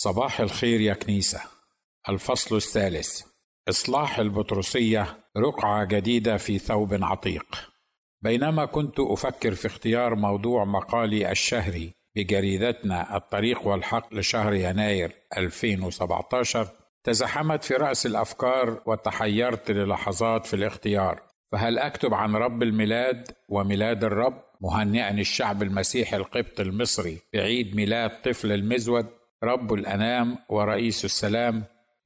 صباح الخير يا كنيسة. الفصل الثالث: إصلاح البطرسية، رقعة جديدة في ثوب عتيق. بينما كنت أفكر في اختيار موضوع مقالي الشهري بجريدتنا الطريق والحق لشهر يناير 2017، تزحمت في رأس الأفكار وتحيرت للحظات في الاختيار. فهل أكتب عن رب الميلاد وميلاد الرب، مهنئا الشعب المسيحي القبطي المصري بعيد ميلاد طفل المزود رب الأنام ورئيس السلام،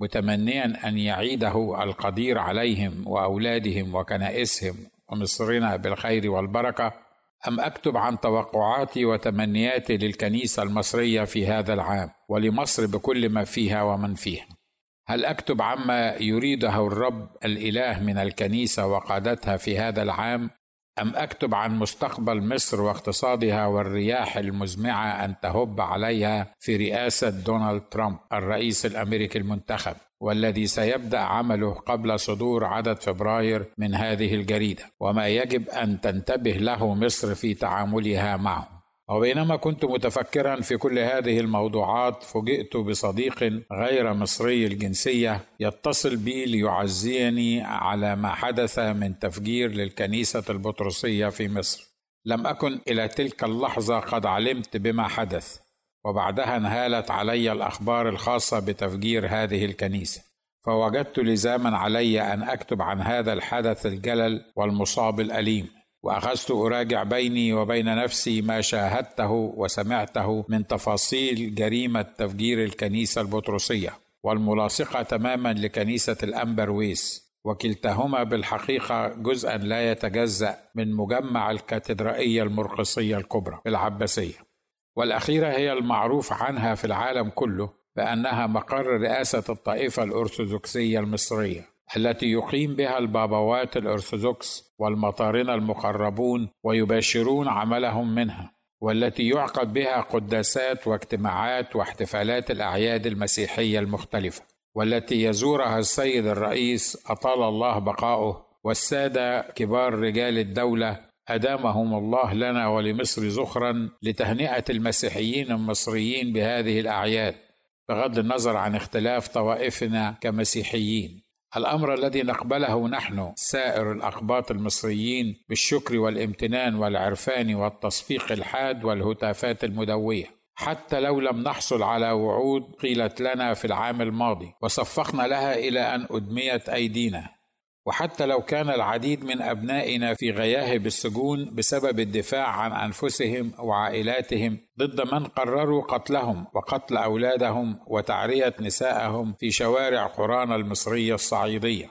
متمنيا أن يعيده القدير عليهم وأولادهم وكنائسهم ومصرنا بالخير والبركة، أم أكتب عن توقعاتي وتمنياتي للكنيسة المصرية في هذا العام ولمصر بكل ما فيها ومن فيها؟ هل أكتب عما يريده الرب الإله من الكنيسة وقادتها في هذا العام، أم أكتب عن مستقبل مصر واقتصادها والرياح المزمعة أن تهب عليها في رئاسة دونالد ترامب الرئيس الأمريكي المنتخب، والذي سيبدأ عمله قبل صدور عدد فبراير من هذه الجريدة، وما يجب أن تنتبه له مصر في تعاملها معه؟ وبينما كنت متفكرا في كل هذه الموضوعات، فوجئت بصديق غير مصري الجنسية يتصل بي ليعزيني على ما حدث من تفجير للكنيسة البطرسية في مصر. لم أكن إلى تلك اللحظة قد علمت بما حدث، وبعدها انهالت علي الأخبار الخاصة بتفجير هذه الكنيسة، فوجدت لزاما علي أن أكتب عن هذا الحدث الجلل والمصاب الأليم. وأخذت أراجع بيني وبين نفسي ما شاهدته وسمعته من تفاصيل جريمة تفجير الكنيسة البطرسية والملاصقة تماما لكنيسة الأمبرويس، وكلتاهما بالحقيقة جزءا لا يتجزأ من مجمع الكاتدرائية المرقسية الكبرى العباسية، والأخيرة هي المعروف عنها في العالم كله بأنها مقر رئاسة الطائفة الأرثوذكسية المصرية، التي يقيم بها البابوات الأرثوذكس والمطارنة المقربون ويباشرون عملهم منها، والتي يعقد بها قداسات واجتماعات واحتفالات الأعياد المسيحية المختلفة، والتي يزورها السيد الرئيس أطال الله بقاؤه والسادة كبار رجال الدولة أدامهم الله لنا ولمصر زخرا لتهنئة المسيحيين المصريين بهذه الأعياد، بغض النظر عن اختلاف طوائفنا كمسيحيين. الأمر الذي نقبله نحن سائر الأقباط المصريين بالشكر والامتنان والعرفان والتصفيق الحاد والهتافات المدوية، حتى لو لم نحصل على وعود قيلت لنا في العام الماضي وصفقنا لها إلى أن أدميت أيدينا، وحتى لو كان العديد من أبنائنا في غياهب السجون بسبب الدفاع عن أنفسهم وعائلاتهم ضد من قرروا قتلهم وقتل أولادهم وتعرية نسائهم في شوارع قرانا المصرية الصعيدية،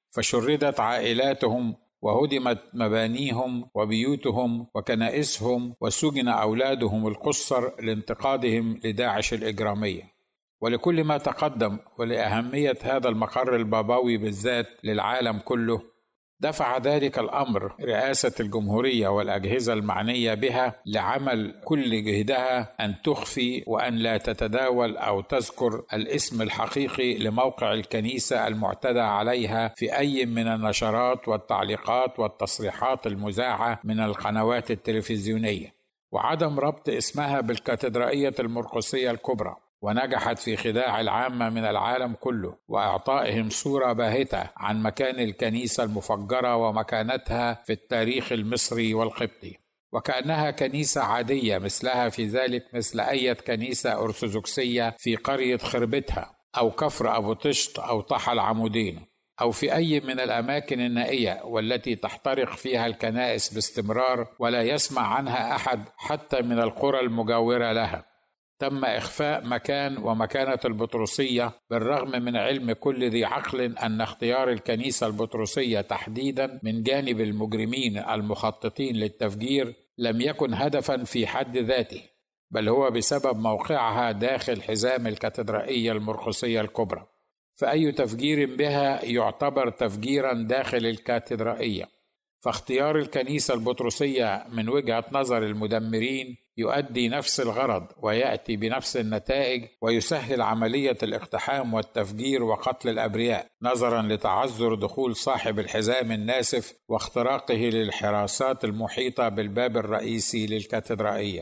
فشردت عائلاتهم وهدمت مبانيهم وبيوتهم وكنائسهم وسجن أولادهم القُصّر لانتقادهم لداعش الإجرامية. ولكل ما تقدم ولأهمية هذا المقر البابوي بالذات للعالم كله، دفع ذلك الأمر رئاسة الجمهورية والأجهزة المعنية بها لعمل كل جهدها أن تخفي وأن لا تتداول أو تذكر الاسم الحقيقي لموقع الكنيسة المعتدى عليها في أي من النشرات والتعليقات والتصريحات المذاعة من القنوات التلفزيونية، وعدم ربط اسمها بالكاتدرائية المرقسية الكبرى. ونجحت في خداع العامة من العالم كله وإعطائهم صورة باهتة عن مكان الكنيسة المفجرة ومكانتها في التاريخ المصري والقبطي، وكأنها كنيسة عادية مثلها في ذلك مثل أي كنيسة أرثوذكسية في قرية خربتها أو كفر أبو طشت أو طحا العمودين أو في أي من الأماكن النائية والتي تحترق فيها الكنائس باستمرار ولا يسمع عنها أحد حتى من القرى المجاورة لها. تم إخفاء مكان ومكانة البطرسية بالرغم من علم كل ذي عقل أن اختيار الكنيسة البطرسية تحديدا من جانب المجرمين المخططين للتفجير لم يكن هدفا في حد ذاته، بل هو بسبب موقعها داخل حزام الكاتدرائية المرقسية الكبرى، فأي تفجير بها يعتبر تفجيرا داخل الكاتدرائية. فاختيار الكنيسة البطرسية من وجهة نظر المدمرين يؤدي نفس الغرض ويأتي بنفس النتائج ويسهل عملية الاقتحام والتفجير وقتل الأبرياء، نظرا لتعذر دخول صاحب الحزام الناسف واختراقه للحراسات المحيطة بالباب الرئيسي للكاتدرائية.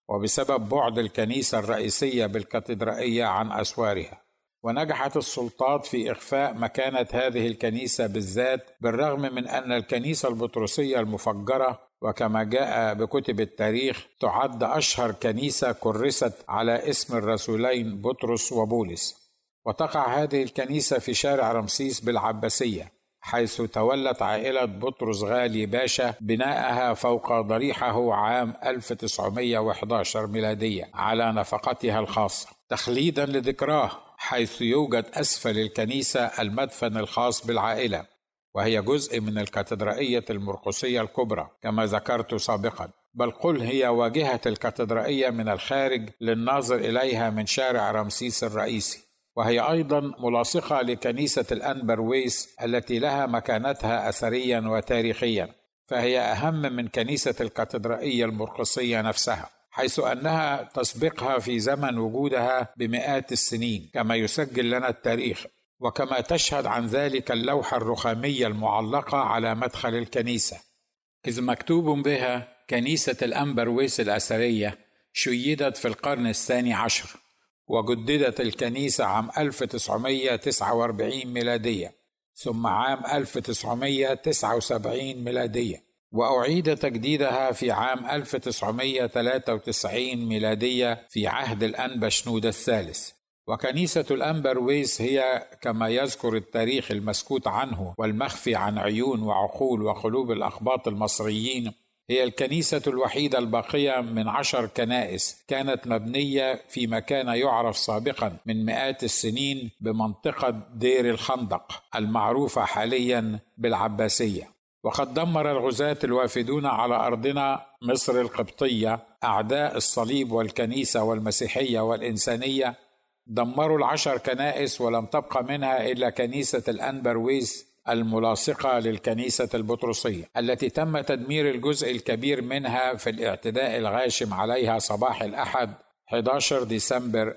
وبسبب بعد الكنيسة الرئيسية بالكاتدرائية عن أسوارها. ونجحت السلطات في إخفاء مكانة هذه الكنيسة بالذات، بالرغم من أن الكنيسة البطرسية المفجرة، وكما جاء بكتب التاريخ، تعد أشهر كنيسة كرست على اسم الرسولين بطرس وبولس. وتقع هذه الكنيسة في شارع رمسيس بالعباسية، حيث تولت عائلة بطرس غالي باشا بناءها فوق ضريحه عام 1911 ميلادية على نفقتها الخاصة تخليدا لذكراه، حيث يوجد أسفل الكنيسة المدفن الخاص بالعائلة، وهي جزء من الكاتدرائية المرقسية الكبرى كما ذكرت سابقا، بل قل هي واجهة الكاتدرائية من الخارج للناظر إليها من شارع رمسيس الرئيسي، وهي أيضا ملاصقة لكنيسة الأنبرويس التي لها مكانتها أثريا وتاريخيا، فهي أهم من كنيسة الكاتدرائية المرقسية نفسها، حيث أنها تسبقها في زمن وجودها بمئات السنين كما يسجل لنا التاريخ، وكما تشهد عن ذلك اللوحة الرخامية المعلقة على مدخل الكنيسة، إذ مكتوب بها: كنيسة الأنبرويس الأثرية شيدت في القرن الثاني عشر، وجددت الكنيسة عام 1949 ميلادية، ثم عام 1979 ميلادية، وأعيد تجديدها في عام 1993 ميلادية في عهد الأنبا شنودة الثالث. وكنيسة الأنبرويس هي كما يذكر التاريخ المسكوت عنه والمخفي عن عيون وعقول وقلوب الأقباط المصريين، هي الكنيسة الوحيدة الباقية من 10 كنائس كانت مبنية في مكان يعرف سابقا من مئات السنين بمنطقة دير الخندق المعروفة حاليا بالعباسية. وقد دمر الغزاة الوافدون على أرضنا مصر القبطية أعداء الصليب والكنيسة والمسيحية والإنسانية، دمروا 10 كنائس، ولم تبقى منها إلا كنيسة الأنبرويس الملاصقة للكنيسة البطرسية التي تم تدمير الجزء الكبير منها في الاعتداء الغاشم عليها صباح الأحد 11 ديسمبر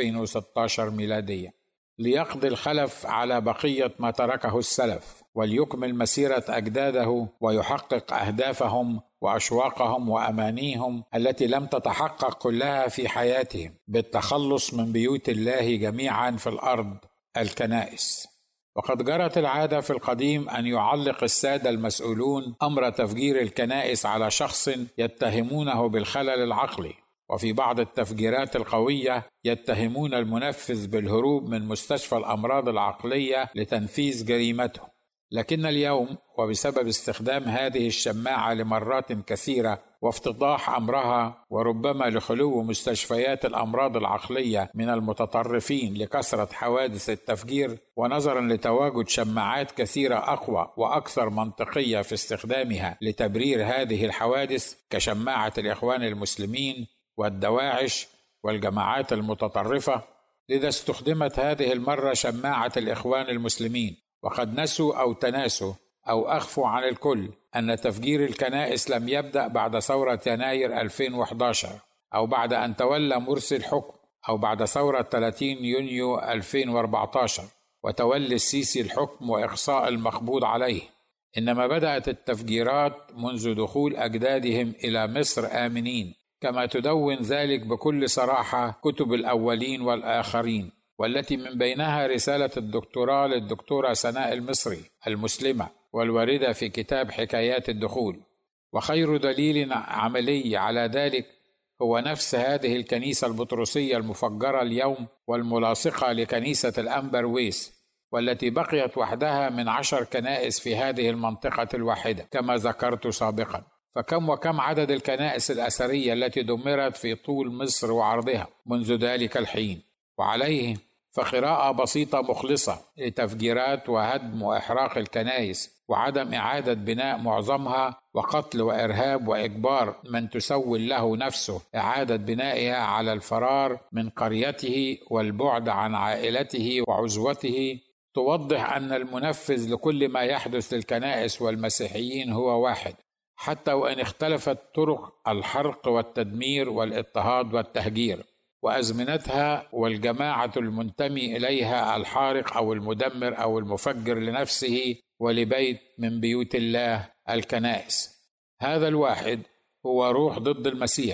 2016 ميلادية، ليقضي الخلف على بقية ما تركه السلف، وليكمل مسيرة أجداده ويحقق أهدافهم وأشواقهم وأمانيهم التي لم تتحقق كلها في حياتهم بالتخلص من بيوت الله جميعا في الأرض الكنائس. وقد جرت العادة في القديم أن يعلق السادة المسؤولون أمر تفجير الكنائس على شخص يتهمونه بالخلل العقلي، وفي بعض التفجيرات القوية يتهمون المنفذ بالهروب من مستشفى الأمراض العقلية لتنفيذ جريمته. لكن اليوم، وبسبب استخدام هذه الشماعة لمرات كثيرة وافتضاح أمرها، وربما لخلو مستشفيات الأمراض العقلية من المتطرفين لكثرة حوادث التفجير، ونظرا لتواجد شماعات كثيرة أقوى وأكثر منطقية في استخدامها لتبرير هذه الحوادث كشماعة الإخوان المسلمين والدواعش والجماعات المتطرفة، لذا استخدمت هذه المرة شماعة الإخوان المسلمين، وقد نسوا أو تناسوا أو أخفوا عن الكل أن تفجير الكنائس لم يبدأ بعد ثورة يناير 2011 أو بعد أن تولى مرسي الحكم أو بعد ثورة 30 يونيو 2014 وتولي السيسي الحكم وإقصاء المقبوض عليه، إنما بدأت التفجيرات منذ دخول أجدادهم إلى مصر آمنين، كما تدون ذلك بكل صراحة كتب الأولين والآخرين، والتي من بينها رسالة الدكتوراه للدكتورة سناء المصري المسلمة والواردة في كتاب حكايات الدخول. وخير دليل عملي على ذلك هو نفس هذه الكنيسة البطرسية المفجرة اليوم والملاصقة لكنيسة الأنبرويس، والتي بقيت وحدها من 10 كنائس في هذه المنطقة الواحدة كما ذكرت سابقا. فكم وكم عدد الكنائس الأثرية التي دمرت في طول مصر وعرضها منذ ذلك الحين. وعليه فقراءة بسيطة مخلصة لتفجيرات وهدم وإحراق الكنائس وعدم إعادة بناء معظمها، وقتل وإرهاب وإجبار من تسول له نفسه إعادة بنائها على الفرار من قريته والبعد عن عائلته وعزوته، توضح أن المنفذ لكل ما يحدث للكنائس والمسيحيين هو واحد، حتى وإن اختلفت طرق الحرق والتدمير والاضطهاد والتهجير وأزمنتها، والجماعة المنتمي إليها الحارق أو المدمر أو المفجر لنفسه ولبيت من بيوت الله الكنائس. هذا الواحد هو روح ضد المسيح،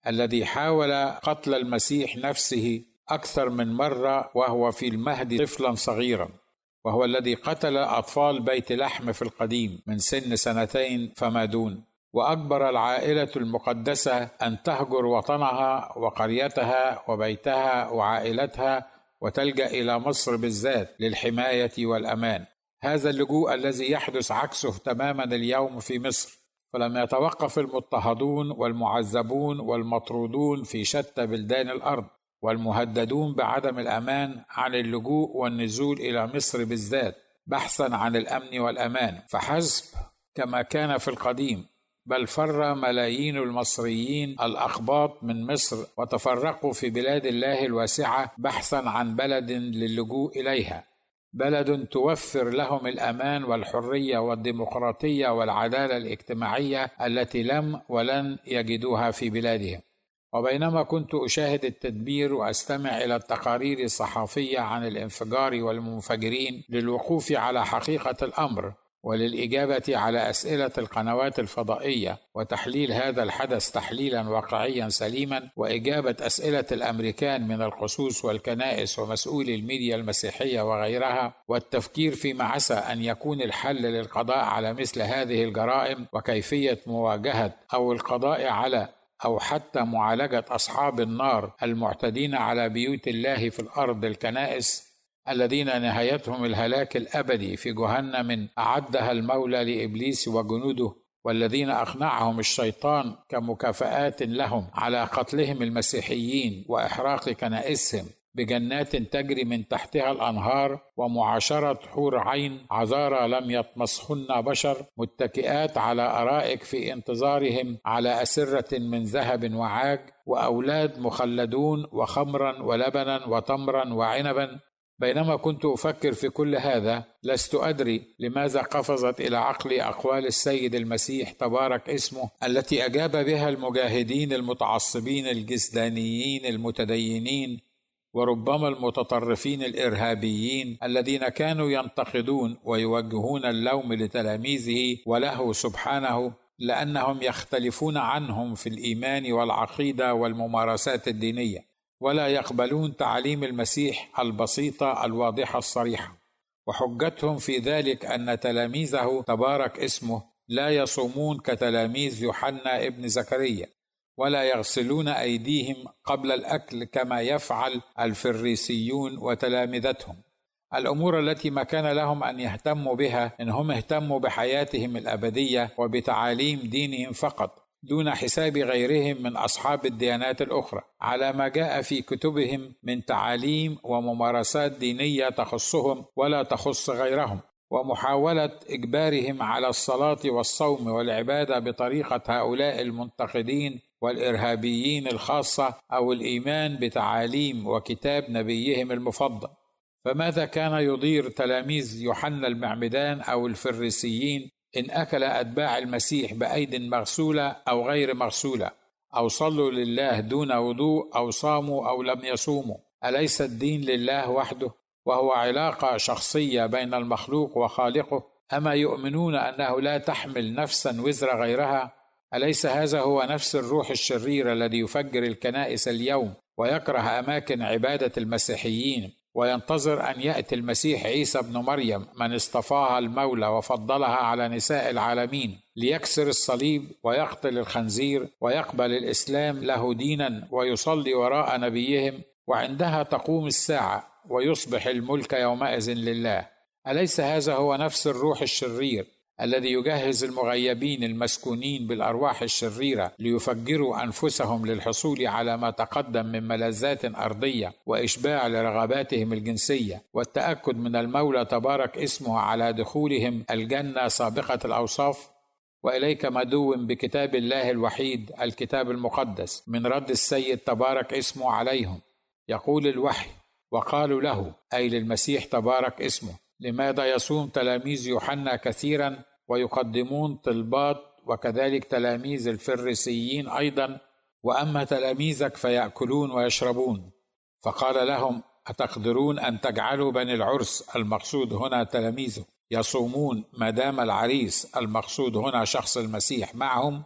الذي حاول قتل المسيح نفسه أكثر من مرة وهو في المهد طفلا صغيرا، وهو الذي قتل أطفال بيت لحم في القديم من سن 2 فما دون، وأجبر العائلة المقدسة أن تهجر وطنها وقريتها وبيتها وعائلتها وتلجأ إلى مصر بالذات للحماية والأمان. هذا اللجوء الذي يحدث عكسه تماما اليوم في مصر، فلم يتوقف المضطهدون والمعذبون والمطرودون في شتى بلدان الأرض والمهددون بعدم الأمان عن اللجوء والنزول إلى مصر بالذات بحثا عن الأمن والأمان فحسب كما كان في القديم، بل فر ملايين المصريين الأقباط من مصر وتفرقوا في بلاد الله الواسعة بحثا عن بلد للجوء إليها، بلد توفر لهم الأمان والحرية والديمقراطية والعدالة الاجتماعية التي لم ولن يجدوها في بلادهم. وبينما كنت أشاهد التدمير وأستمع إلى التقارير الصحفية عن الانفجار والمنفجرين للوقوف على حقيقة الأمر وللإجابة على أسئلة القنوات الفضائية وتحليل هذا الحدث تحليلا واقعيا سليما، وإجابة أسئلة الأمريكان من القسوس والكنائس ومسؤولي الميديا المسيحية وغيرها، والتفكير فيما عسى أن يكون الحل للقضاء على مثل هذه الجرائم وكيفية مواجهة أو القضاء على أو حتى معالجة أصحاب النار المعتدين على بيوت الله في الأرض، الكنائس الذين نهايتهم الهلاك الأبدي في جهنم أعدها المولى لإبليس وجنوده، والذين أقنعهم الشيطان كمكافآت لهم على قتلهم المسيحيين وإحراق كنائسهم بجنات تجري من تحتها الأنهار، ومعاشرة حور عين عذارى لم يطمسهن بشر متكئات على أرائك في انتظارهم على أسرة من ذهب وعاج، وأولاد مخلدون وخمرا ولبنا وتمرا وعنبا. بينما كنت أفكر في كل هذا لست أدري لماذا قفزت إلى عقلي أقوال السيد المسيح تبارك اسمه التي أجاب بها المجاهدين المتعصبين الجسدانيين المتدينين وربما المتطرفين الإرهابيين الذين كانوا ينتقدون ويوجهون اللوم لتلاميذه وله سبحانه لأنهم يختلفون عنهم في الإيمان والعقيدة والممارسات الدينية، ولا يقبلون تعليم المسيح البسيطة الواضحة الصريحة. وحجتهم في ذلك أن تلاميذه تبارك اسمه لا يصومون كتلاميذ يوحنا ابن زكريا، ولا يغسلون أيديهم قبل الأكل كما يفعل الفريسيون وتلامذتهم. الأمور التي ما كان لهم أن يهتموا بها إنهم اهتموا بحياتهم الأبدية وبتعاليم دينهم فقط، دون حساب غيرهم من أصحاب الديانات الأخرى على ما جاء في كتبهم من تعاليم وممارسات دينية تخصهم ولا تخص غيرهم، ومحاولة إجبارهم على الصلاة والصوم والعبادة بطريقة هؤلاء المنتقدين والإرهابيين الخاصة أو الإيمان بتعاليم وكتاب نبيهم المفضل. فماذا كان يضير تلاميذ يوحنا المعمدان أو الفريسيين إن أكل أتباع المسيح بأيد مغسولة أو غير مغسولة، أو صلوا لله دون وضوء، أو صاموا أو لم يصوموا؟ أليس الدين لله وحده، وهو علاقة شخصية بين المخلوق وخالقه؟ أما يؤمنون أنه لا تحمل نفسا وزر غيرها؟ أليس هذا هو نفس الروح الشرير الذي يفجر الكنائس اليوم ويكره أماكن عبادة المسيحيين وينتظر أن يأتي المسيح عيسى بن مريم من اصطفاها المولى وفضلها على نساء العالمين ليكسر الصليب ويقتل الخنزير ويقبل الإسلام له دينا ويصلي وراء نبيهم، وعندها تقوم الساعة ويصبح الملك يومئذ لله؟ أليس هذا هو نفس الروح الشرير الذي يجهز المغيبين المسكونين بالأرواح الشريرة ليفجروا أنفسهم للحصول على ما تقدم من ملذات أرضية وإشباع لرغباتهم الجنسية والتأكد من المولى تبارك اسمه على دخولهم الجنة سابقة الأوصاف؟ وإليك مدو بكتاب الله الوحيد الكتاب المقدس من رد السيد تبارك اسمه عليهم. يقول الوحي: وقالوا له، أي للمسيح تبارك اسمه: لماذا يصوم تلاميذ يوحنا كثيرا ويقدمون طلبات، وكذلك تلاميذ الفريسيين أيضا، وأما تلاميذك فيأكلون ويشربون؟ فقال لهم: أتقدرون أن تجعلوا بني العرس المقصود هنا تلاميذه يصومون ما دام العريس المقصود هنا شخص المسيح معهم؟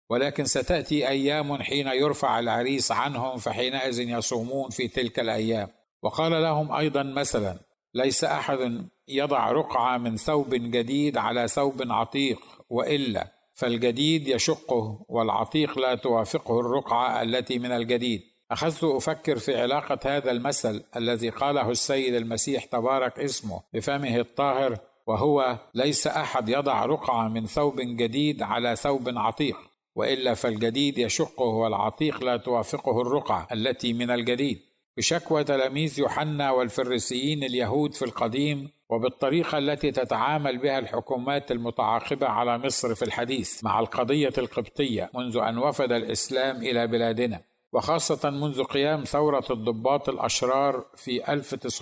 ولكن ستأتي أيام حين يرفع العريس عنهم، فحينئذ يصومون في تلك الأيام. وقال لهم أيضا مثلا: ليس أحد يضع رقعة من ثوب جديد على ثوب عتيق، وإلا فالجديد يشقه، والعتيق لا توافقه الرقعة التي من الجديد. أخذت أفكر في علاقة هذا المثل الذي قاله السيد المسيح تبارك اسمه بفمه الطاهر، وهو: ليس أحد يضع رقعة من ثوب جديد على ثوب عتيق، وإلا فالجديد يشقه، والعتيق لا توافقه الرقعة التي من الجديد. بشكوى تلاميذ يوحنا والفريسيين اليهود في القديم، وبالطريقة التي تتعامل بها الحكومات المتعاقبة على مصر في الحديث مع القضية القبطية منذ أن وفد الإسلام إلى بلادنا، وخاصة منذ قيام ثورة الضباط الأشرار في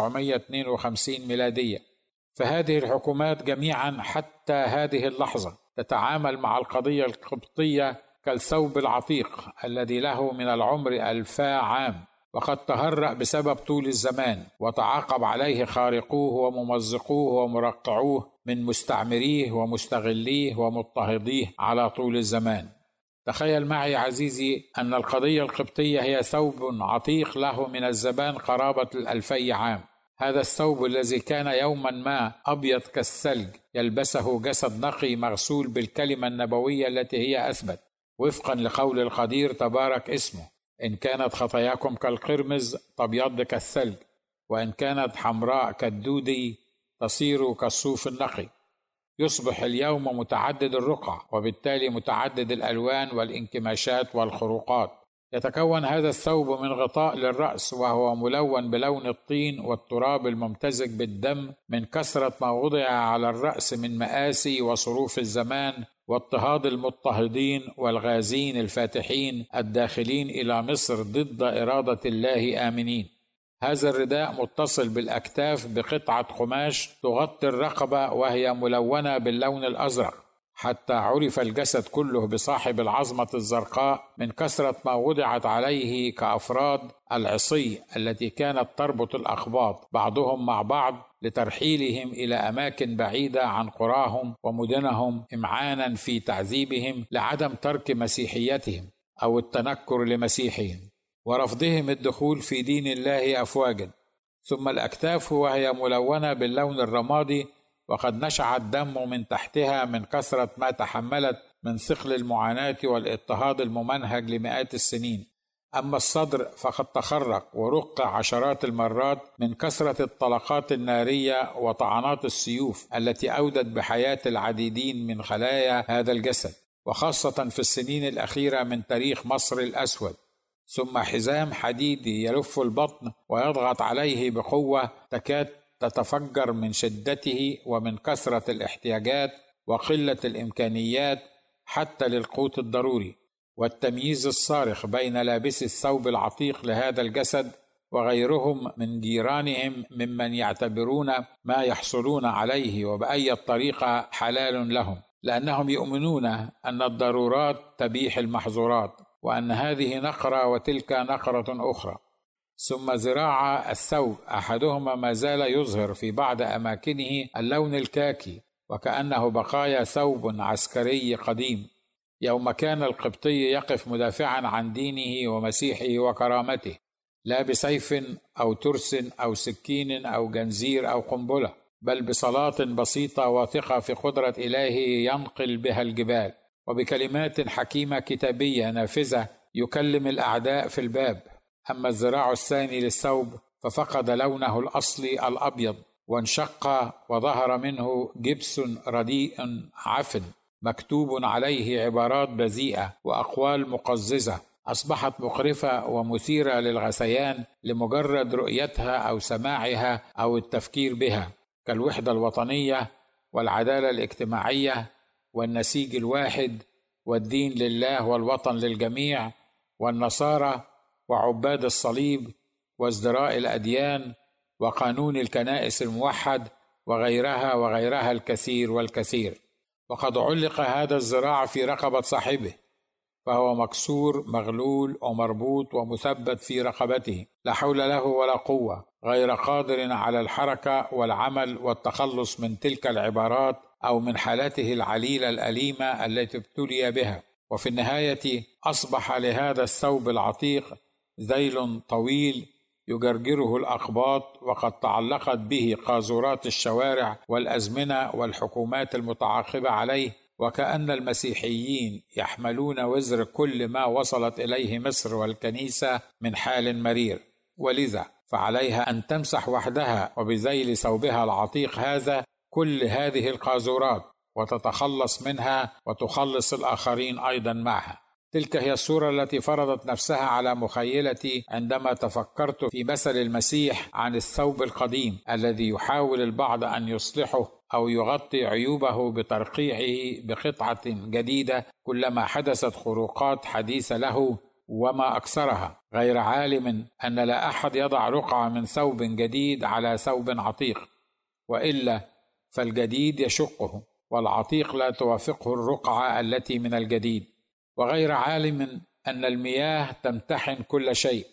1952 ميلادية. فهذه الحكومات جميعا حتى هذه اللحظة تتعامل مع القضية القبطية كالثوب العتيق الذي له من العمر 1000 عام، وقد تهرأ بسبب طول الزمان، وتعاقب عليه خارقوه وممزقوه ومرقعوه من مستعمريه ومستغليه ومضطهديه على طول الزمان. تخيل معي عزيزي أن القضية القبطية هي ثوب عتيق له من الزمان قرابة 2000 عام. هذا الثوب الذي كان يوما ما أبيض كالثلج يلبسه جسد نقي مغسول بالكلمة النبوية التي هي أثبت، وفقا لقول القدير تبارك اسمه: إن كانت خطاياكم كالقرمز تبيض كالثلج، وإن كانت حمراء كالدودي تصير كالصوف النقي. يصبح اليوم متعدد الرقع، وبالتالي متعدد الألوان والانكماشات والخروقات. يتكون هذا الثوب من غطاء للرأس، وهو ملون بلون الطين والتراب الممتزج بالدم من كثرة ما وضع على الرأس من مآسي وصروف الزمان واضطهاد المضطهدين والغازين الفاتحين الداخلين إلى مصر ضد إرادة الله آمنين. هذا الرداء متصل بالأكتاف بقطعة قماش تغطي الرقبة، وهي ملونة باللون الأزرق، حتى عرف الجسد كله بصاحب العظمة الزرقاء من كثرة ما وضعت عليه كأفراد العصي التي كانت تربط الأقباط بعضهم مع بعض لترحيلهم إلى أماكن بعيدة عن قراهم ومدنهم، إمعانا في تعذيبهم لعدم ترك مسيحيتهم أو التنكر لمسيحهم ورفضهم الدخول في دين الله أفواجا. ثم الأكتاف وهي ملونة باللون الرمادي، وقد نشع الدم من تحتها من كثرة ما تحملت من ثقل المعاناة والاضطهاد الممنهج لمئات السنين. أما الصدر فقد تخرق ورق عشرات المرات من كثرة الطلقات النارية وطعنات السيوف التي أودت بحياة العديدين من خلايا هذا الجسد، وخاصة في السنين الأخيرة من تاريخ مصر الأسود. ثم حزام حديدي يلف البطن ويضغط عليه بقوة تكاد تتفجر من شدته ومن كثرة الاحتياجات وقلة الإمكانيات حتى للقوت الضروري، والتمييز الصارخ بين لابس الثوب العتيق لهذا الجسد وغيرهم من جيرانهم ممن يعتبرون ما يحصلون عليه وبأي طريقة حلال لهم، لأنهم يؤمنون أن الضرورات تبيح المحظورات، وأن هذه نقرة وتلك نقرة أخرى. ثم ذراع الثوب أحدهما ما زال يظهر في بعض أماكنه اللون الكاكي، وكأنه بقايا ثوب عسكري قديم، يوم كان القبطي يقف مدافعا عن دينه ومسيحه وكرامته، لا بسيف أو ترس أو سكين أو جنزير أو قنبلة، بل بصلاة بسيطة واثقة في قدرة إلهه ينقل بها الجبال، وبكلمات حكيمة كتابية نافذة يكلم الأعداء في الباب. أما الذراع الثاني للثوب ففقد لونه الأصلي الأبيض، وانشق وظهر منه جبس رديء عفن مكتوب عليه عبارات بذيئة وأقوال مقززة أصبحت مقرفة ومثيرة للغثيان لمجرد رؤيتها أو سماعها أو التفكير بها، كالوحدة الوطنية والعدالة الاجتماعية والنسيج الواحد والدين لله والوطن للجميع والنصارى وعباد الصليب وازدراء الأديان وقانون الكنائس الموحد وغيرها الكثير والكثير. وقد علق هذا الذراع في رقبة صاحبه، فهو مكسور مغلول ومربوط ومثبت في رقبته، لا حول له ولا قوة، غير قادر على الحركة والعمل والتخلص من تلك العبارات أو من حالته العليلة الأليمة التي ابتلي بها. وفي النهاية أصبح لهذا الثوب العتيق ذيل طويل يجرجره الأقباط، وقد تعلقت به قاذورات الشوارع والأزمنة والحكومات المتعاقبة عليه، وكأن المسيحيين يحملون وزر كل ما وصلت إليه مصر والكنيسة من حال مرير، ولذا فعليها أن تمسح وحدها وبذيل ثوبها العتيق هذا كل هذه القاذورات وتتخلص منها وتخلص الآخرين أيضا معها. تلك هي الصورة التي فرضت نفسها على مخيلتي عندما تفكرت في مثل المسيح عن الثوب القديم الذي يحاول البعض أن يصلحه أو يغطي عيوبه بترقيعه بقطعة جديدة كلما حدثت خروقات حديثة له وما أكثرها، غير عالم أن لا أحد يضع رقعة من ثوب جديد على ثوب عتيق، وإلا فالجديد يشقه والعتيق لا توافقه الرقعة التي من الجديد، وغير عالم أن المياه تمتحن كل شيء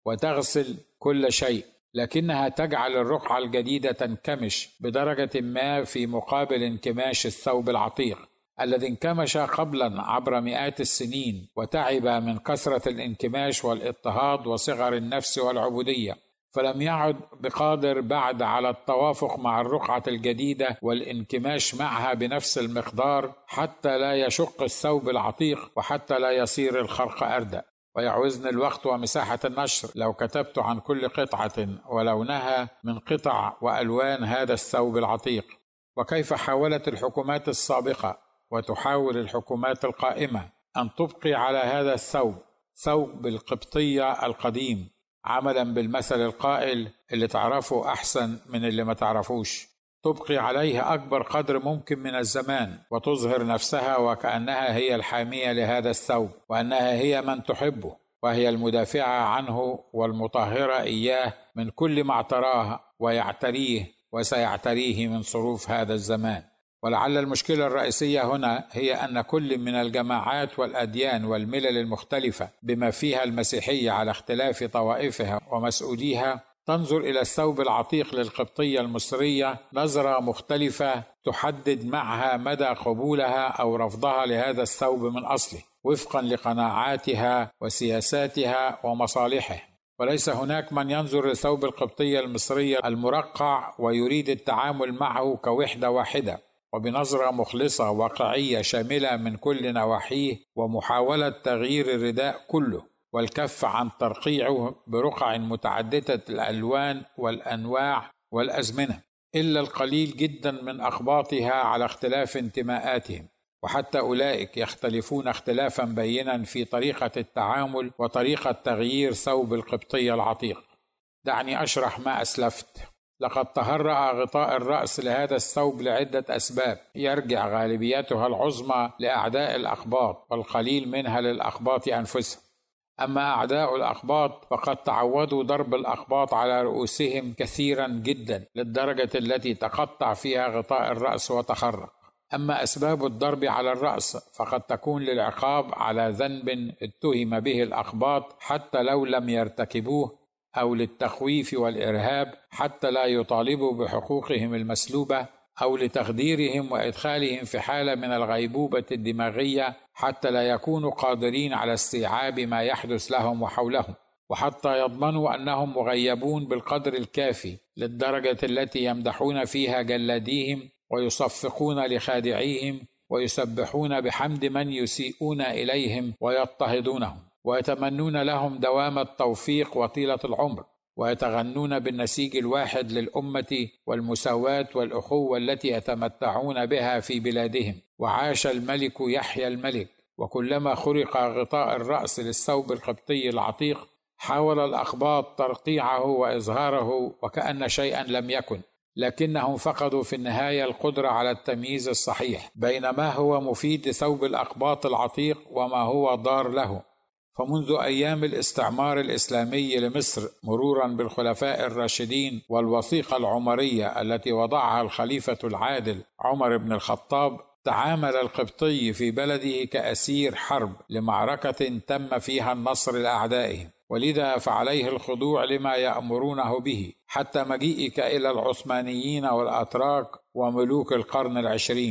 وتغسل كل شيء، لكنها تجعل الرقعة الجديدة تنكمش بدرجة ما في مقابل انكماش الثوب العتيق الذي انكمش قبلا عبر مئات السنين وتعب من كثرة الانكماش والاضطهاد وصغر النفس والعبودية، فلم يعد بقادر بعد على التوافق مع الرقعة الجديدة والانكماش معها بنفس المقدار حتى لا يشق الثوب العتيق وحتى لا يصير الخرق أردأ. ويعوزني الوقت ومساحة النشر لو كتبت عن كل قطعة ولونها من قطع وألوان هذا الثوب العتيق، وكيف حاولت الحكومات السابقة وتحاول الحكومات القائمة أن تبقي على هذا الثوب، ثوب القبطية القديم، عملا بالمثل القائل اللي تعرفه أحسن من اللي ما تعرفوش، تبقي عليه أكبر قدر ممكن من الزمان وتظهر نفسها وكأنها هي الحامية لهذا الثوب، وأنها هي من تحبه وهي المدافعة عنه والمطهرة إياه من كل ما اعتراه ويعتريه وسيعتريه من صروف هذا الزمان. ولعل المشكلة الرئيسية هنا هي أن كل من الجماعات والأديان والملل المختلفة بما فيها المسيحية على اختلاف طوائفها ومسؤوليها تنظر إلى الثوب العتيق للقبطية المصرية نظرة مختلفة تحدد معها مدى قبولها أو رفضها لهذا الثوب من أصله وفقا لقناعاتها وسياساتها ومصالحها. وليس هناك من ينظر لثوب القبطية المصرية المرقع ويريد التعامل معه كوحدة واحدة وبنظرة مخلصة واقعية شاملة من كل نواحيه، ومحاولة تغيير الرداء كله والكف عن ترقيعه برقع متعددة الألوان والأنواع والأزمنة، إلا القليل جدا من أقباطها على اختلاف انتماءاتهم، وحتى أولئك يختلفون اختلافا بينا في طريقة التعامل وطريقة تغيير ثوب القبطية العتيق. دعني أشرح ما أسلفت. لقد تهرأ غطاء الرأس لهذا الثوب لعدة أسباب يرجع غالبيتها العظمى لأعداء الأقباط والقليل منها للأقباط أنفسهم. أما أعداء الأقباط فقد تعودوا ضرب الأقباط على رؤوسهم كثيرا جدا للدرجة التي تقطع فيها غطاء الرأس وتخرق. أما أسباب الضرب على الرأس فقد تكون للعقاب على ذنب اتهم به الأقباط حتى لو لم يرتكبوه، أو للتخويف والإرهاب حتى لا يطالبوا بحقوقهم المسلوبة، أو لتخديرهم وإدخالهم في حالة من الغيبوبة الدماغية حتى لا يكونوا قادرين على استيعاب ما يحدث لهم وحولهم، وحتى يضمنوا أنهم مغيبون بالقدر الكافي للدرجة التي يمدحون فيها جلاديهم ويصفقون لخادعيهم ويسبحون بحمد من يسيئون إليهم ويضطهدونهم، ويتمنون لهم دوام التوفيق وطيلة العمر، ويتغنون بالنسيج الواحد للأمة والمساواة والأخوة التي يتمتعون بها في بلادهم. وعاش الملك يحيى الملك. وكلما خرق غطاء الرأس للثوب القبطي العتيق حاول الأقباط ترقيعه وإظهاره وكأن شيئا لم يكن، لكنهم فقدوا في النهاية القدرة على التمييز الصحيح بين ما هو مفيد لثوب الأقباط العتيق وما هو ضار له. فمنذ أيام الاستعمار الإسلامي لمصر مرورا بالخلفاء الراشدين والوثيقة العمرية التي وضعها الخليفة العادل عمر بن الخطاب، تعامل القبطي في بلده كأسير حرب لمعركة تم فيها النصر لأعدائهم، ولذا فعليه الخضوع لما يأمرونه به حتى مجيئك إلى العثمانيين والأتراك وملوك القرن العشرين.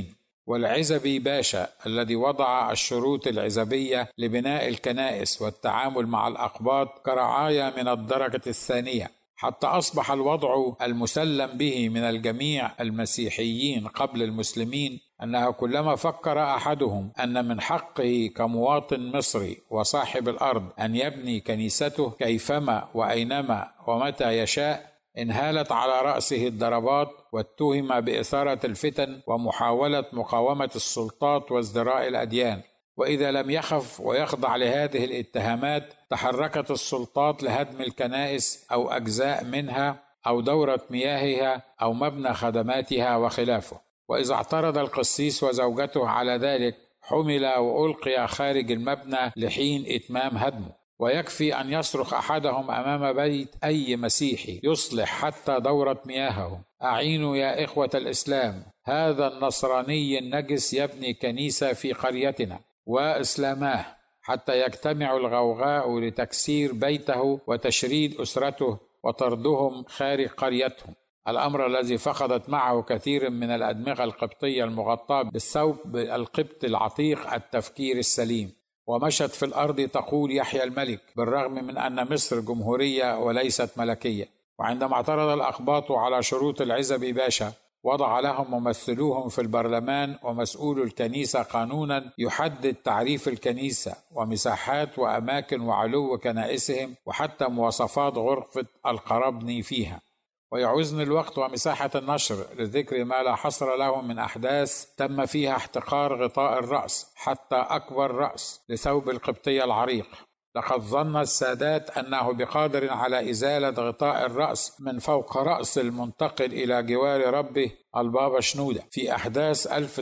والعزبي باشا الذي وضع الشروط العزبية لبناء الكنائس والتعامل مع الأقباط كرعاية من الدرجة الثانية، حتى أصبح الوضع المسلم به من الجميع المسيحيين قبل المسلمين أنه كلما فكر أحدهم أن من حقه كمواطن مصري وصاحب الأرض أن يبني كنيسته كيفما وأينما ومتى يشاء، انهالت على رأسه الضربات واتهم بإثارة الفتن ومحاولة مقاومة السلطات وازدراء الأديان. وإذا لم يخف ويخضع لهذه الاتهامات، تحركت السلطات لهدم الكنائس أو أجزاء منها أو دورة مياهها أو مبنى خدماتها وخلافه. وإذا اعترض القسيس وزوجته على ذلك، حمل وألقي خارج المبنى لحين إتمام هدمه. ويكفي أن يصرخ أحدهم أمام بيت أي مسيحي يصلح حتى دورة مياههم: أعينوا يا إخوة الإسلام، هذا النصراني النجس يبني كنيسة في قريتنا، وإسلاماه، حتى يجتمع الغوغاء لتكسير بيته وتشريد أسرته وطردهم خارج قريتهم. الأمر الذي فقدت معه كثير من الأدمغة القبطية المغطاة بالثوب القبطي العتيق التفكير السليم، ومشت في الأرض تقول يحيى الملك، بالرغم من أن مصر جمهورية وليست ملكية. وعندما اعترض الأقباط على شروط العزبي باشا، وضع لهم ممثلوهم في البرلمان ومسؤول الكنيسة قانونا يحدد تعريف الكنيسة ومساحات وأماكن وعلو كنائسهم وحتى مواصفات غرفة القرابني فيها. ويعوزني الوقت ومساحة النشر لذكر ما لا حصر له من أحداث تم فيها احتقار غطاء الرأس حتى أكبر رأس لثوب القبطية العريق. لقد ظن السادات أنه بقادر على إزالة غطاء الرأس من فوق رأس المنتقل إلى جوار ربه البابا شنودة في أحداث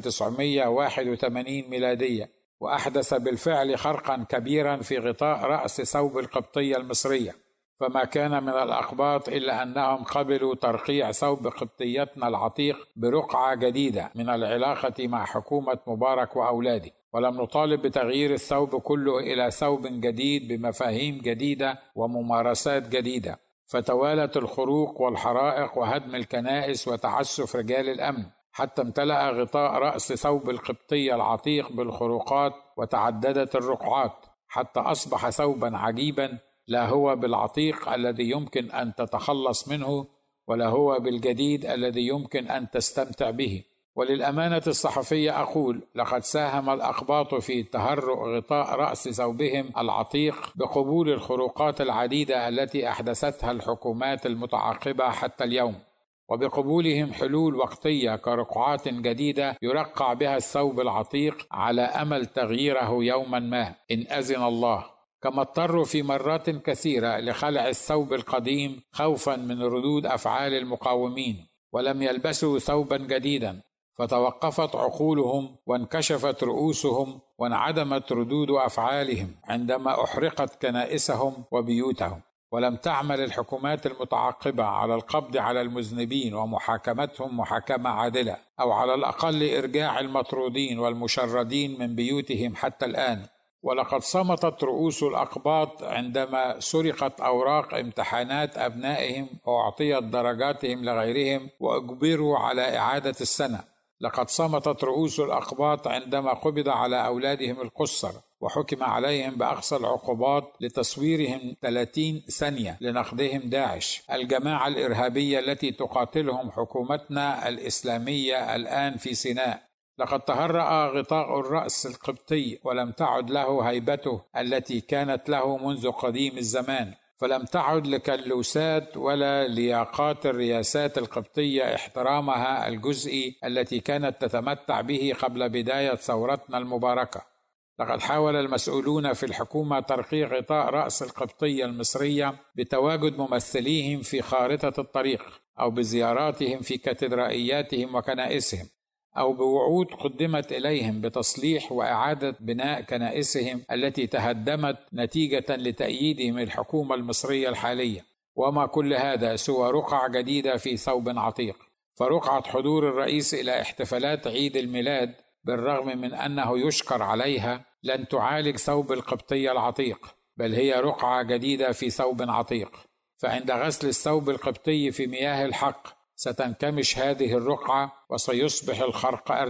1981 ميلادية، وأحدث بالفعل خرقا كبيرا في غطاء رأس ثوب القبطية المصرية. فما كان من الأقباط إلا أنهم قبلوا ترقيع ثوب قبطيتنا العتيق برقعة جديدة من العلاقة مع حكومة مبارك وأولاده، ولم نطالب بتغيير الثوب كله إلى ثوب جديد بمفاهيم جديدة وممارسات جديدة. فتوالت الخروق والحرائق وهدم الكنائس وتعسف رجال الأمن، حتى امتلأ غطاء رأس ثوب القبطية العتيق بالخروقات وتعددت الرقعات، حتى أصبح ثوبا عجيبا، لا هو بالعتيق الذي يمكن أن تتخلص منه، ولا هو بالجديد الذي يمكن أن تستمتع به. وللأمانة الصحفية أقول: لقد ساهم الأقباط في تهرؤ غطاء رأس ثوبهم العتيق بقبول الخروقات العديدة التي أحدثتها الحكومات المتعاقبة حتى اليوم، وبقبولهم حلول وقتية كرقعات جديدة يرقع بها الثوب العتيق على أمل تغييره يوما ما إن أذن الله. كما اضطروا في مرات كثيرة لخلع الثوب القديم خوفا من ردود أفعال المقاومين، ولم يلبسوا ثوبا جديدا، فتوقفت عقولهم وانكشفت رؤوسهم وانعدمت ردود أفعالهم عندما أحرقت كنائسهم وبيوتهم. ولم تعمل الحكومات المتعاقبة على القبض على المذنبين ومحاكمتهم محاكمة عادلة، أو على الأقل إرجاع المطرودين والمشردين من بيوتهم حتى الآن. ولقد صمتت رؤوس الأقباط عندما سرقت أوراق امتحانات أبنائهم وأعطيت درجاتهم لغيرهم وأجبروا على إعادة السنة. لقد صمتت رؤوس الأقباط عندما قبض على أولادهم القُصّر وحكم عليهم بأقصى العقوبات لتصويرهم 30 ثانية لنقدهم داعش، الجماعة الإرهابية التي تقاتلهم حكومتنا الإسلامية الآن في سيناء. لقد تهرأ غطاء الرأس القبطي ولم تعد له هيبته التي كانت له منذ قديم الزمان، فلم تعد لكلوسات ولا لياقات الرياسات القبطية احترامها الجزئي التي كانت تتمتع به قبل بداية ثورتنا المباركة. لقد حاول المسؤولون في الحكومة ترقيع غطاء رأس القبطية المصرية بتواجد ممثليهم في خارطة الطريق، أو بزياراتهم في كاتدرائياتهم وكنائسهم، أو بوعود قدمت إليهم بتصليح وإعادة بناء كنائسهم التي تهدمت نتيجة لتأييدهم الحكومة المصرية الحالية. وما كل هذا سوى رقعة جديدة في ثوب عتيق. فرقعة حضور الرئيس إلى احتفالات عيد الميلاد، بالرغم من أنه يشكر عليها، لن تعالج ثوب القبطية العتيق، بل هي رقعة جديدة في ثوب عتيق. فعند غسل الثوب القبطي في مياه الحق ستنكمش هذه الرقعة وسيصبح الخرق أردى.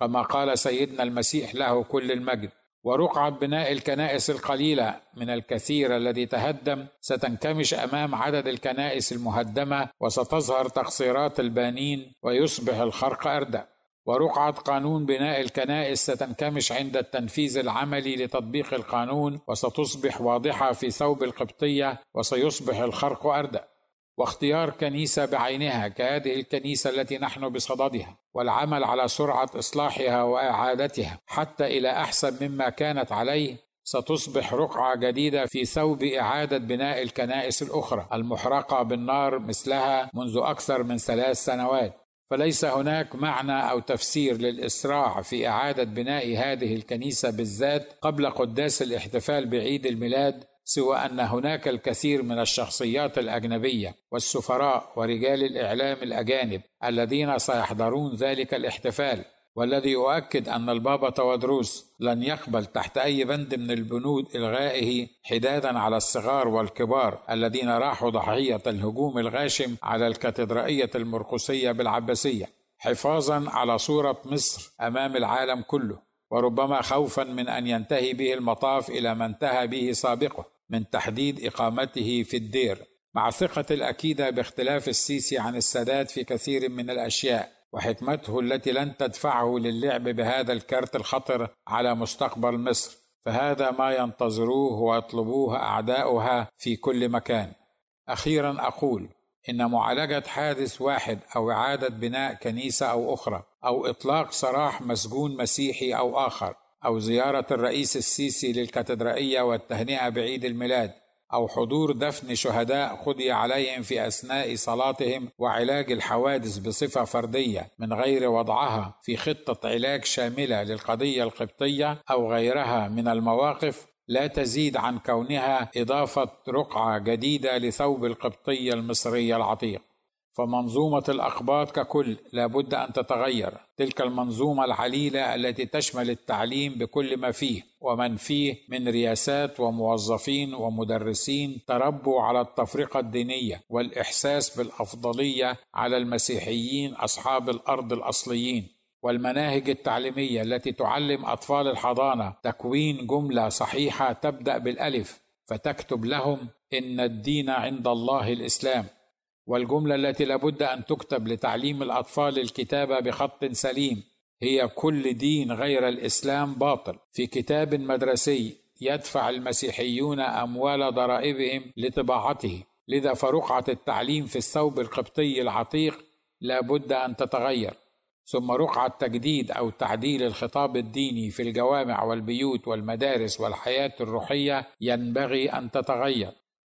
كما قال سيدنا المسيح له كل المجد. ورقعة بناء الكنائس القليلة من الكثير الذي تهدم ستنكمش أمام عدد الكنائس المهدمة، وستظهر تقصيرات البانين ويصبح الخرق أردأ. ورقعة قانون بناء الكنائس ستنكمش عند التنفيذ العملي لتطبيق القانون، وستصبح واضحة في ثوب القبطية، وسيصبح الخرق أردأ. واختيار كنيسة بعينها كهذه الكنيسة التي نحن بصددها، والعمل على سرعة إصلاحها وإعادتها حتى إلى أحسن مما كانت عليه، ستصبح رقعة جديدة في ثوب إعادة بناء الكنائس الأخرى المحرقة بالنار مثلها منذ أكثر من 3 سنوات. فليس هناك معنى أو تفسير للإسراع في إعادة بناء هذه الكنيسة بالذات قبل قداس الاحتفال بعيد الميلاد، سوى أن هناك الكثير من الشخصيات الأجنبية والسفراء ورجال الإعلام الأجانب الذين سيحضرون ذلك الاحتفال، والذي يؤكد أن البابا تودروس لن يقبل تحت أي بند من البنود إلغائه حدادا على الصغار والكبار الذين راحوا ضحية الهجوم الغاشم على الكاتدرائية المرقسية بالعباسية، حفاظا على صورة مصر أمام العالم كله، وربما خوفا من أن ينتهي به المطاف إلى ما انتهى به سابقه من تحديد إقامته في الدير، مع ثقة الأكيدة باختلاف السيسي عن السادات في كثير من الأشياء، وحكمته التي لن تدفعه للعب بهذا الكرت الخطر على مستقبل مصر. فهذا ما ينتظروه ويطلبوه أعداؤها في كل مكان. أخيرا أقول إن معالجة حادث واحد أو إعادة بناء كنيسة أو أخرى، أو إطلاق سراح مسجون مسيحي أو آخر، أو زيارة الرئيس السيسي للكاتدرائية والتهنئة بعيد الميلاد، أو حضور دفن شهداء قضي عليهم في أثناء صلاتهم، وعلاج الحوادث بصفة فردية من غير وضعها في خطة علاج شاملة للقضية القبطية أو غيرها من المواقف، لا تزيد عن كونها إضافة رقعة جديدة لثوب القبطية المصرية العتيق. فمنظومة الأقباط ككل لابد أن تتغير، تلك المنظومة العليلة التي تشمل التعليم بكل ما فيه ومن فيه من رياسات وموظفين ومدرسين تربوا على التفرقة الدينية والإحساس بالأفضلية على المسيحيين أصحاب الأرض الأصليين، والمناهج التعليمية التي تعلم أطفال الحضانة تكوين جملة صحيحة تبدأ بالألف فتكتب لهم إن الدين عند الله الإسلام، والجملة التي لابد أن تكتب لتعليم الأطفال الكتابة بخط سليم هي كل دين غير الإسلام باطل، في كتاب مدرسي يدفع المسيحيون أموال ضرائبهم لطباعته. لذا فرقعة التعليم في الثوب القبطي العتيق لابد أن تتغير. ثم رقعة تجديد أو تعديل الخطاب الديني في الجوامع والبيوت والمدارس والحياة الروحية ينبغي أن تتغير،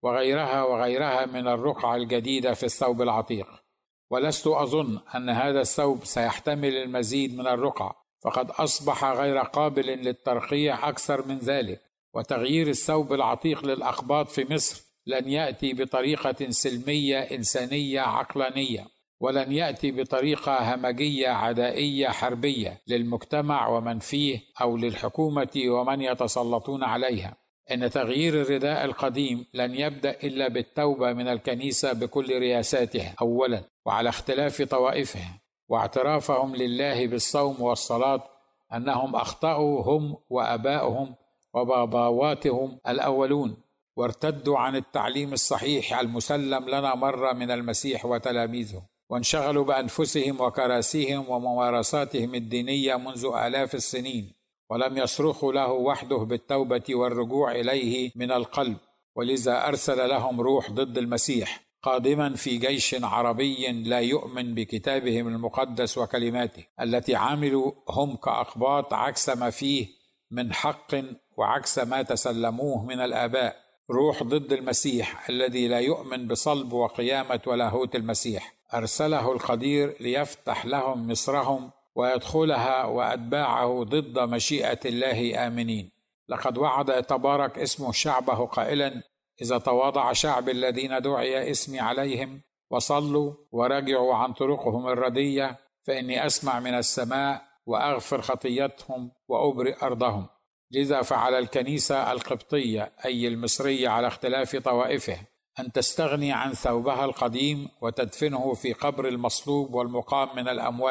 وغيرها من الرقعة الجديدة في الثوب العتيق. ولست أظن أن هذا الثوب سيحتمل المزيد من الرقع، فقد أصبح غير قابل للترقيع أكثر من ذلك. وتغيير الثوب العتيق للأقباط في مصر لن يأتي بطريقة سلمية إنسانية عقلانية، ولن يأتي بطريقة همجية عدائية حربية للمجتمع ومن فيه أو للحكومة ومن يتسلطون عليها. إن تغيير الرداء القديم لن يبدأ إلا بالتوبة من الكنيسة بكل رياساتها أولا وعلى اختلاف طوائفها، واعترافهم لله بالصوم والصلاة أنهم أخطأوا هم وأبائهم وباباواتهم الأولون، وارتدوا عن التعليم الصحيح المسلم لنا مرة من المسيح وتلاميذه، وانشغلوا بأنفسهم وكراسيهم وممارساتهم الدينية منذ آلاف السنين، ولم يصرخوا له وحده بالتوبة والرجوع إليه من القلب. ولذا أرسل لهم روح ضد المسيح قادما في جيش عربي لا يؤمن بكتابهم المقدس وكلماته، التي عملوا هم كأقباط عكس ما فيه من حق وعكس ما تسلموه من الآباء. روح ضد المسيح الذي لا يؤمن بصلب وقيامة ولاهوت المسيح، أرسله القدير ليفتح لهم مصرهم ويدخلها وأتباعه ضد مشيئة الله آمنين. لقد وعد تبارك اسمه شعبه قائلا: إذا تواضع شعب الذين دعي اسمي عليهم وصلوا ورجعوا عن طرقهم الردية فإني أسمع من السماء وأغفر خطيتهم وأبرئ أرضهم. لذا فعلى الكنيسة القبطية أي المصرية على اختلاف طوائفها أن تستغني عن ثوبها القديم وتدفنه في قبر المصلوب والمقام من الأموات،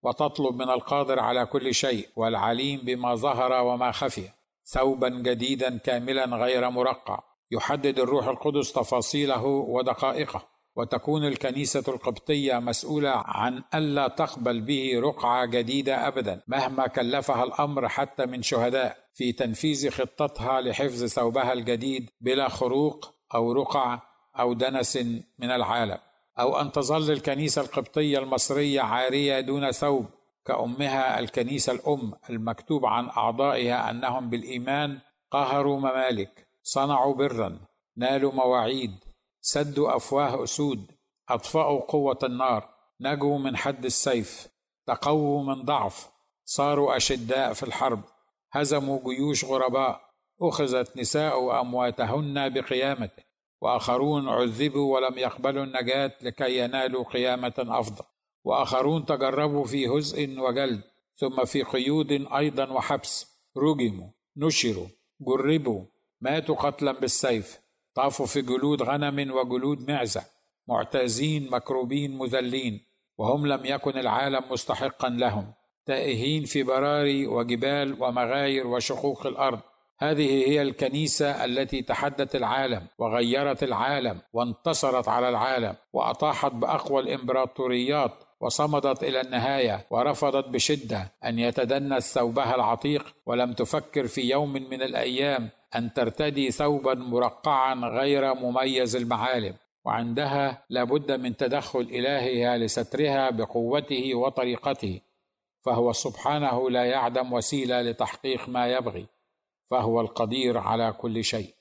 وتطلب من القادر على كل شيء والعليم بما ظهر وما خفي ثوبا جديدا كاملا غير مرقع. يحدد الروح القدس تفاصيله ودقائقه، وتكون الكنيسة القبطية مسؤولة عن ألا تقبل به رقعة جديدة أبدا مهما كلفها الأمر حتى من شهداء في تنفيذ خطتها لحفظ ثوبها الجديد بلا خروق أو رقع أو دنس من العالم، أو أن تظل الكنيسة القبطية المصرية عارية دون ثوب كأمها الكنيسة الأم المكتوب عن أعضائها أنهم بالإيمان قهروا ممالك، صنعوا برا، نالوا مواعيد، سدوا أفواه أسود، أطفأوا قوة النار، نجوا من حد السيف، تقووا من ضعف، صاروا أشداء في الحرب، هزموا جيوش غرباء، أخذت نساء أمواتهن بقيامته، وآخرون عذبوا ولم يقبلوا النجاة لكي ينالوا قيامة أفضل، وآخرون تجربوا في هزء وجلد، ثم في قيود أيضا وحبس، رجموا، نشروا، جربوا، ماتوا قتلا بالسيف، طافوا في جلود غنم وجلود معزة، معتازين مكروبين مذلين، وهم لم يكن العالم مستحقا لهم، تائهين في براري وجبال ومغاير وشقوق الأرض. هذه هي الكنيسة التي تحدت العالم وغيرت العالم وانتصرت على العالم وأطاحت بأقوى الإمبراطوريات وصمدت إلى النهاية، ورفضت بشدة أن يتدنس ثوبها العتيق، ولم تفكر في يوم من الأيام أن ترتدي ثوبا مرقعا غير مميز المعالم، وعندها لابد من تدخل إلهها لسترها بقوته وطريقته، فهو سبحانه لا يعدم وسيلة لتحقيق ما يبغي، فهو القدير على كل شيء.